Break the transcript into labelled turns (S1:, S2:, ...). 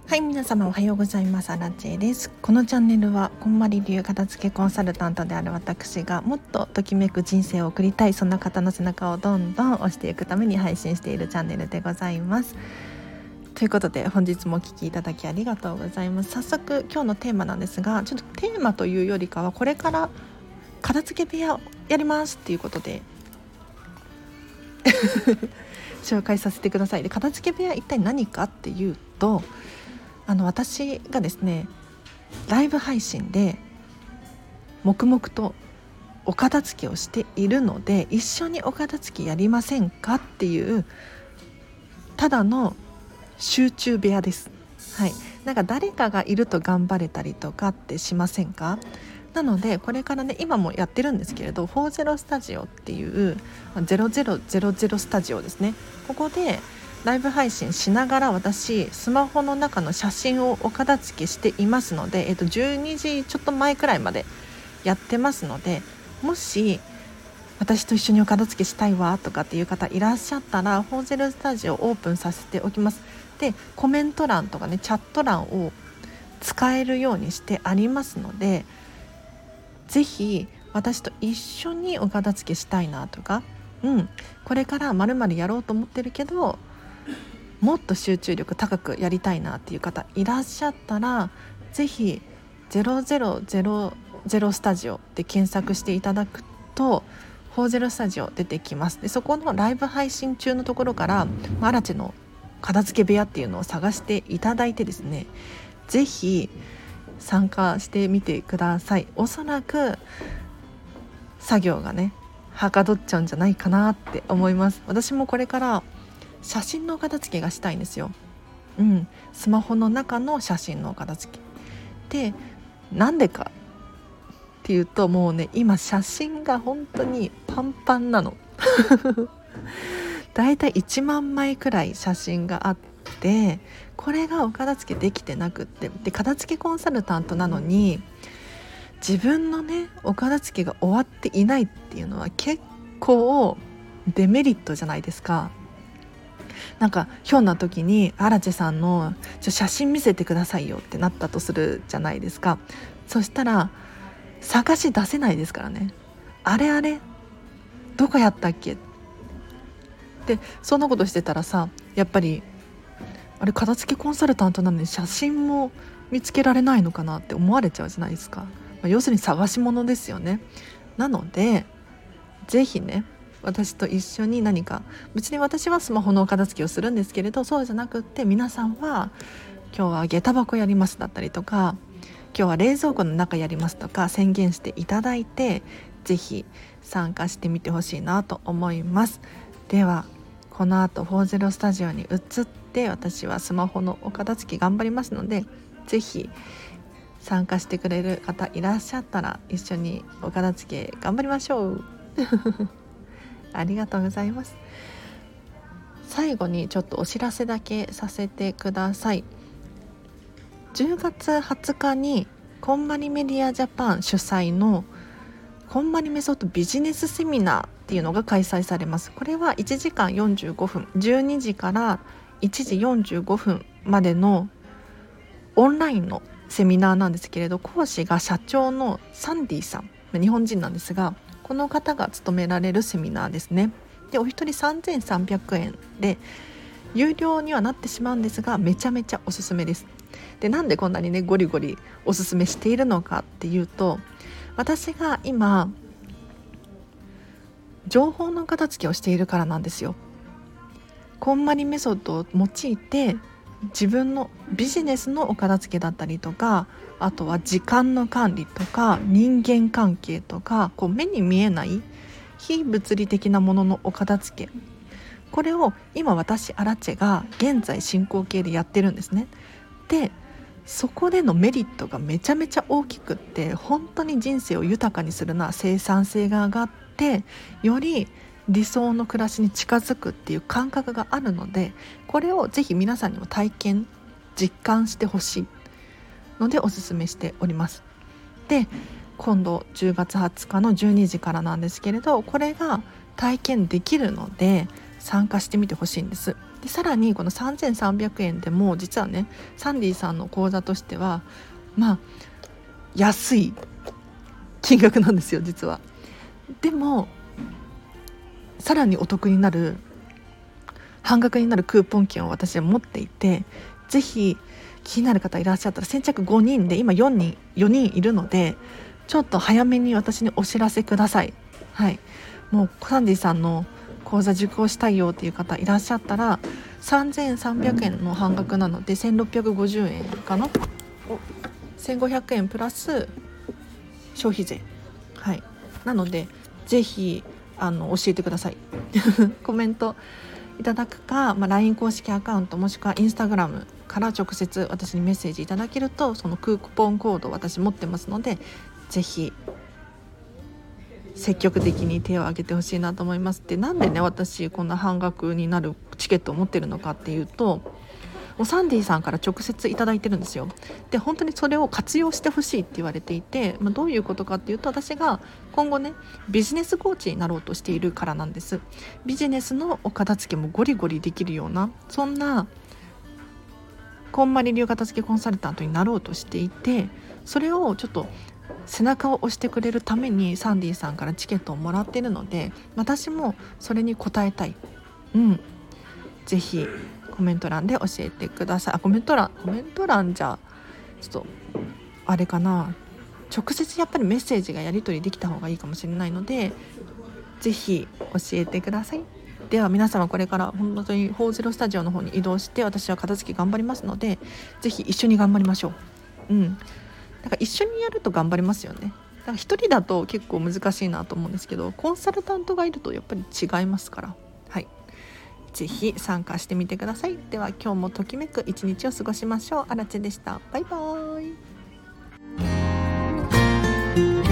S1: はい、皆様おはようございます。アラチェです。このチャンネルはこんまり流片付けコンサルタントである私がもっとときめく人生を送りたい、そんな方の背中をどんどん押していくために配信しているチャンネルでございます。ということで本日もお聞きいただきありがとうございます。早速今日のテーマなんですが、ちょっとテーマというよりかはこれから片付け部屋をやりますっていうことで紹介させてください。で、片付け部屋一体何かっていうと、私がですねライブ配信で黙々とお片付けをしているので、一緒にお片付けやりませんかっていうただの集中部屋です。はい、なんか誰かがいると頑張れたりとかってしませんか？なのでこれからね、今もやってるんですけれど、40スタジオっていう0000スタジオですね。ここでライブ配信しながら私スマホの中の写真をお片付けしていますので、12時ちょっと前くらいまでやってますので、もし私と一緒にお片付けしたいわとかっていう方いらっしゃったら、40スタジオオープンさせておきます。で、コメント欄とかね、チャット欄を使えるようにしてありますので、ぜひ私と一緒にお片付けしたいなとか、これから〇〇やろうと思ってるけどもっと集中力高くやりたいなっていう方いらっしゃったら、ぜひ0000スタジオで検索していただくと40スタジオ出てきます。で、そこのライブ配信中のところからアラチェの片付け部屋っていうのを探していただいてですね、ぜひ参加してみてください。おそらく作業がねはかどっちゃうんじゃないかなって思います。私もこれから写真の片付けがしたいんですよ。スマホの中の写真の片付けで、なんでかっていうと、もうね今写真が本当にパンパンなのだいたい1万枚くらい写真があって、これがお片付けできてなくって、で片付けコンサルタントなのに自分のねお片付けが終わっていないっていうのは結構デメリットじゃないですか。なんかひょんな時にアラチェさんの写真見せてくださいよってなったとするじゃないですか。そしたら探し出せないですからね。あれどこやったっけで、そんなことしてたらさ、やっぱりあれ片付けコンサルタントなのに写真も見つけられないのかなって思われちゃうじゃないですか。要するに探し物ですよね。なのでぜひね、私と一緒に何か、別に私はスマホのお片付けをするんですけれど、そうじゃなくって皆さんは今日は下駄箱やりますだったりとか、今日は冷蔵庫の中やりますとか宣言していただいて、ぜひ参加してみてほしいなと思います。ではこの後40スタジオに移って私はスマホのお片付け頑張りますので、ぜひ参加してくれる方いらっしゃったら一緒にお片付け頑張りましょうありがとうございます。最後にちょっとお知らせだけさせてください。10月20日にこんまりメディアジャパン主催のこんまりメソッドビジネスセミナーっていうのが開催されます。これは1時間45分、12時から1時45分までのオンラインのセミナーなんですけれど、講師が社長のサンディさん、日本人なんですが、この方が務められるセミナーですね。で、お一人3300円で有料にはなってしまうんですが、めちゃめちゃおすすめです。で、なんでこんなにねゴリゴリおすすめしているのかっていうと、私が今情報の片付けをしているからなんですよ。こんまりメソッドを用いて自分のビジネスのお片付けだったりとか、あとは時間の管理とか人間関係とか、こう目に見えない非物理的なもののお片付け、これを今私アラチェが現在進行形でやってるんですね。で、そこでのメリットがめちゃめちゃ大きくって、本当に人生を豊かにするな、生産性が上がってより理想の暮らしに近づくっていう感覚があるので、これをぜひ皆さんにも体験実感してほしいのでおすすめしております。で、今度10月20日の12時からなんですけれど、これが体験できるので参加してみてほしいんです。 でさらにこの3300円でも実はねサンディさんの講座としては安い金額なんですよ実は。でもさらにお得になる半額になるクーポン券を私は持っていて、ぜひ気になる方いらっしゃったら先着5人で今4人いるのでちょっと早めに私にお知らせください。はい、もうサンディさんの講座受講したいよっていう方いらっしゃったら3300円の半額なので1650円かな、1500円プラス消費税、はい、なのでぜひ教えてくださいコメントいただくか、LINE 公式アカウントもしくは Instagram から直接私にメッセージいただけるとそのクーポンコード私持ってますのでぜひ積極的に手を挙げてほしいなと思います。でなんでね私こんな半額になるチケットを持ってるのかっていうと、もうサンディさんから直接いただいてるんですよ。で本当にそれを活用してほしいって言われていて、どういうことかっていうと私が今後ねビジネスコーチになろうとしているからなんです。ビジネスのお片付けもゴリゴリできるようなそんなこんまり流片付けコンサルタントになろうとしていて、それをちょっと背中を押してくれるためにサンディさんからチケットをもらっているので私もそれに応えたい。ぜひコメント欄で教えてください。コメント欄じゃちょっとあれかな、直接やっぱりメッセージがやり取りできた方がいいかもしれないのでぜひ教えてください。では皆様これから本当に40スタジオの方に移動して私は片付け頑張りますのでぜひ一緒に頑張りましょう。だから一緒にやると頑張りますよね。だから一人だと結構難しいなと思うんですけどコンサルタントがいるとやっぱり違いますから、はい、ぜひ参加してみてください。では今日もときめく一日を過ごしましょう。あらちでした。バイバーイ。